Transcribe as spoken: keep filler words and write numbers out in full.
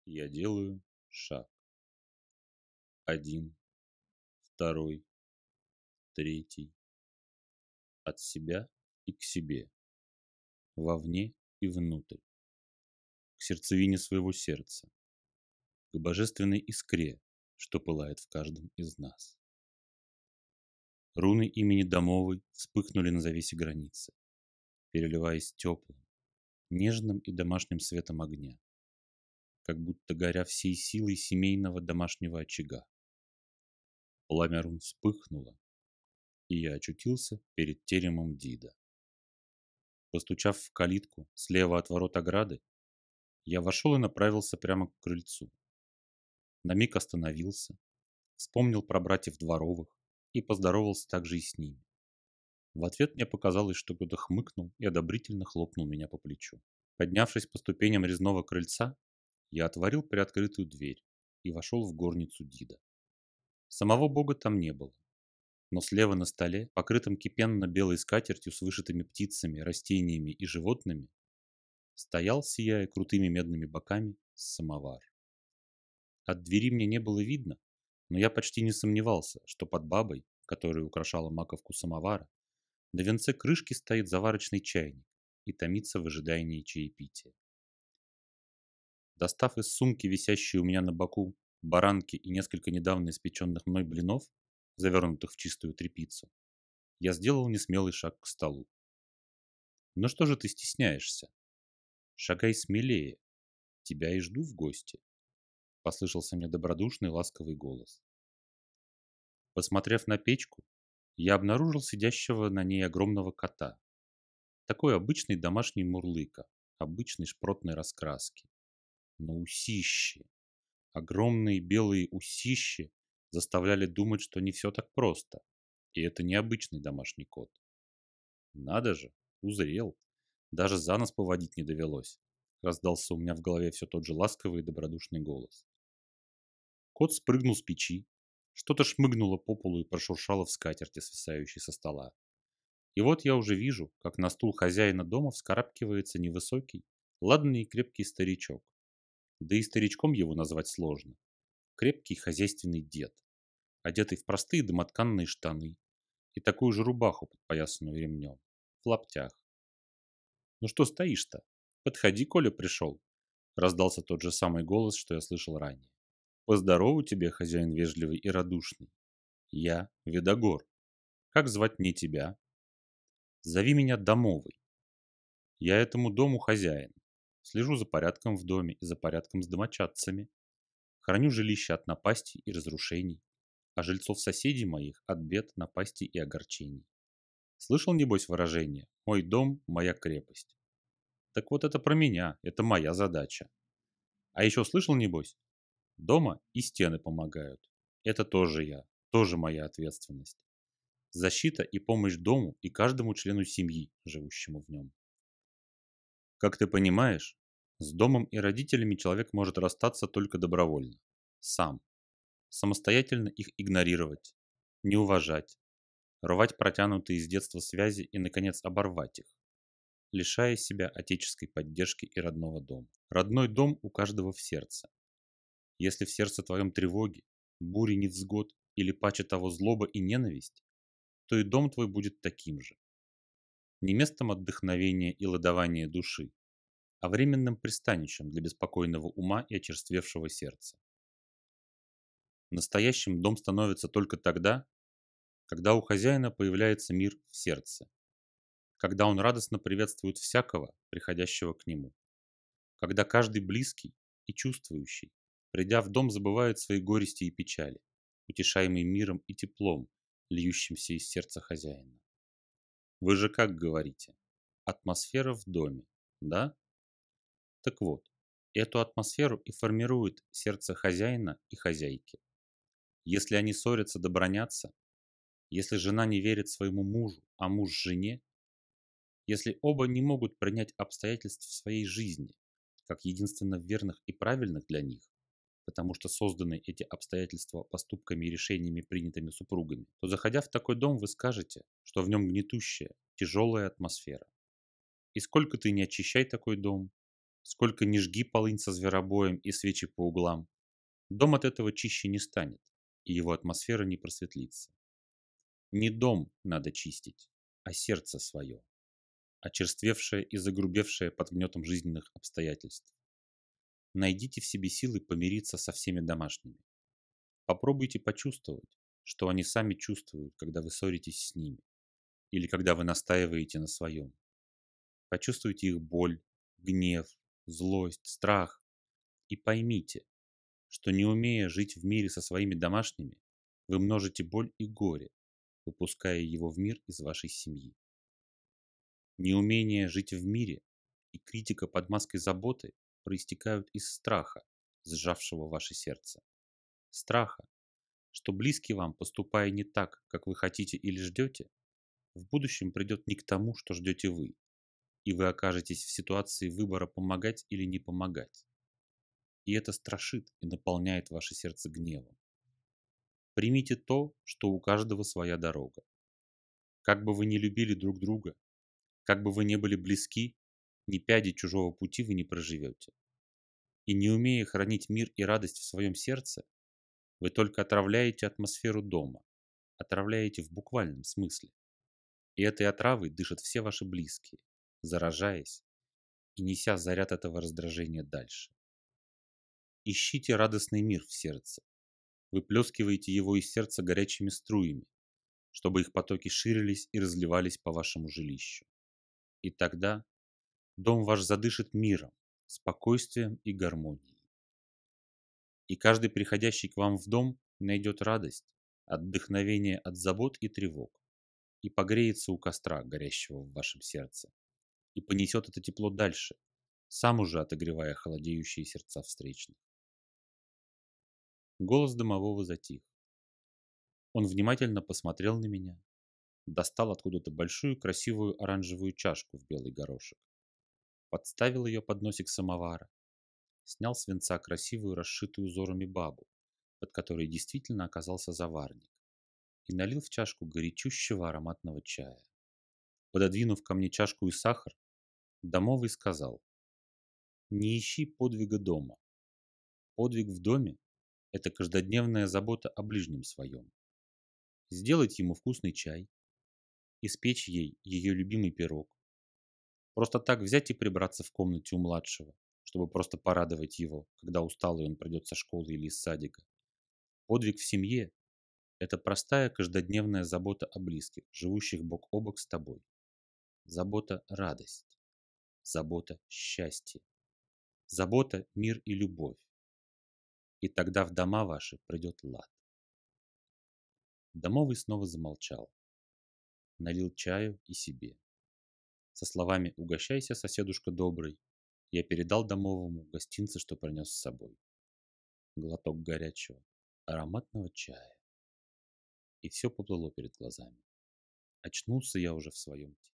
Я делаю шаг. Один, второй, третий. От себя и к себе. Вовне и внутрь. К сердцевине своего сердца. К божественной искре, что пылает в каждом из нас. Руны имени Домовой вспыхнули на завесе границы, переливаясь теплым, нежным и домашним светом огня, как будто горя всей силой семейного домашнего очага. Пламя рун вспыхнуло, и я очутился перед теремом Дида. Постучав в калитку слева от ворот ограды, я вошел и направился прямо к крыльцу. На миг остановился, вспомнил про братьев Дворовых и поздоровался также и с ними. В ответ мне показалось, что кто-то хмыкнул и одобрительно хлопнул меня по плечу. Поднявшись по ступеням резного крыльца, я отворил приоткрытую дверь и вошел в горницу Дида. Самого бога там не было, но слева на столе, покрытом кипенно-белой скатертью с вышитыми птицами, растениями и животными, стоял, сияя крутыми медными боками, самовар. От двери мне не было видно, но я почти не сомневался, что под бабой, которая украшала маковку самовара, на венце крышки стоит заварочный чайник и томится в ожидании чаепития. Достав из сумки, висящей у меня на боку, баранки и несколько недавно испеченных мной блинов, завернутых в чистую тряпицу, я сделал несмелый шаг к столу. «Ну что же ты стесняешься? Шагай смелее, тебя и жду в гости», — послышался мне добродушный ласковый голос. Посмотрев на печку, я обнаружил сидящего на ней огромного кота. Такой обычный домашний мурлыка, обычной шпротной раскраски. Но усищи, огромные белые усищи заставляли думать, что не все так просто. И это не обычный домашний кот. Надо же, узрел. Даже за нос поводить не довелось. Раздался у меня в голове все тот же ласковый и добродушный голос. Кот спрыгнул с печи. Что-то шмыгнуло по полу и прошуршало в скатерти, свисающей со стола. И вот я уже вижу, как на стул хозяина дома вскарабкивается невысокий, ладный и крепкий старичок. Да и старичком его назвать сложно. Крепкий хозяйственный дед, одетый в простые домотканные штаны и такую же рубаху, подпоясанную ремнем, в лаптях. «Ну что стоишь-то? Подходи, коли пришел», — раздался тот же самый голос, что я слышал ранее. «Поздорову тебе, хозяин вежливый и радушный. Я Видогор. Как звать мне тебя?» «Зови меня Домовый. Я этому дому хозяин. Слежу за порядком в доме и за порядком с домочадцами. Храню жилище от напастей и разрушений, а жильцов соседей моих от бед, напастей и огорчений. Слышал, небось, выражение «мой дом, моя крепость». Так вот это про меня, это моя задача. А еще слышал, небось, дома и стены помогают. Это тоже я, тоже моя ответственность. Защита и помощь дому и каждому члену семьи, живущему в нем. Как ты понимаешь, с домом и родителями человек может расстаться только добровольно, сам, самостоятельно их игнорировать, не уважать, рвать протянутые с детства связи и, наконец, оборвать их, лишая себя отеческой поддержки и родного дома. Родной дом у каждого в сердце. Если в сердце твоем тревоги, бури невзгод или паче того злоба и ненависть, то и дом твой будет таким же. Не местом отдохновения и ладования души, а временным пристанищем для беспокойного ума и очерствевшего сердца. Настоящим дом становится только тогда, когда у хозяина появляется мир в сердце, когда он радостно приветствует всякого, приходящего к нему, когда каждый близкий и чувствующий, придя в дом, забывает свои горести и печали, утешаемый миром и теплом, льющимся из сердца хозяина. Вы же как говорите? Атмосфера в доме, да? Так вот, эту атмосферу и формирует сердце хозяина и хозяйки. Если они ссорятся да бранятся, если жена не верит своему мужу, а муж жене, если оба не могут принять обстоятельств в своей жизни, как единственно верных и правильных для них, потому что созданы эти обстоятельства поступками и решениями, принятыми супругами, то, заходя в такой дом, вы скажете, что в нем гнетущая, тяжелая атмосфера. И сколько ты не очищай такой дом, Сколько ни жги полынь со зверобоем и свечи по углам, дом от этого чище не станет, и его атмосфера не просветлится. Не дом надо чистить, а сердце свое, очерствевшее и загрубевшее под гнетом жизненных обстоятельств. Найдите в себе силы помириться со всеми домашними. Попробуйте почувствовать, что они сами чувствуют, когда вы ссоритесь с ними, или когда вы настаиваете на своем. Почувствуйте их боль, гнев, злость, страх и поймите, что не умея жить в мире со своими домашними, вы множите боль и горе, выпуская его в мир из вашей семьи. Неумение жить в мире и критика под маской заботы проистекают из страха, сжавшего ваше сердце. Страха, что близкий вам, поступая не так, как вы хотите или ждете, в будущем придет не к тому, что ждете вы, и вы окажетесь в ситуации выбора помогать или не помогать. И это страшит и наполняет ваше сердце гневом. Примите то, что у каждого своя дорога. Как бы вы ни любили друг друга, как бы вы ни были близки, ни пяди чужого пути вы не проживете. И не умея хранить мир и радость в своем сердце, вы только отравляете атмосферу дома, отравляете в буквальном смысле. И этой отравой дышат все ваши близкие, заражаясь и неся заряд этого раздражения дальше. Ищите радостный мир в сердце. Выплескивайте его из сердца горячими струями, чтобы их потоки ширились и разливались по вашему жилищу. И тогда дом ваш задышит миром, спокойствием и гармонией. И каждый приходящий к вам в дом найдет радость, отдохновение от забот и тревог, и погреется у костра, горящего в вашем сердце, и понесет это тепло дальше, сам уже отогревая холодеющие сердца встречных. Голос домового затих. Он внимательно посмотрел на меня, достал откуда-то большую красивую оранжевую чашку в белый горошек, подставил ее под носик самовара, снял с венца красивую расшитую узорами бабу, под которой действительно оказался заварник, и налил в чашку горячущего ароматного чая. Пододвинув ко мне чашку и сахар, домовый сказал: «Не ищи подвига дома. Подвиг в доме– это каждодневная забота о ближнем своем. Сделать ему вкусный чай, испечь ей ее любимый пирог, просто так взять и прибраться в комнате у младшего, чтобы просто порадовать его, когда усталый он придет со школы или из садика. Подвиг в семье– это простая каждодневная забота о близких, живущих бок о бок с тобой. Забота– радость, забота– счастье, забота– мир и любовь. И тогда в дома ваши придет лад». Домовый снова замолчал, налил чаю и себе. Со словами «Угощайся, соседушка добрый», я передал домовому гостинцы, что принес с собой. Глоток горячего, ароматного чая. И все поплыло перед глазами. Очнулся я уже в своем теле.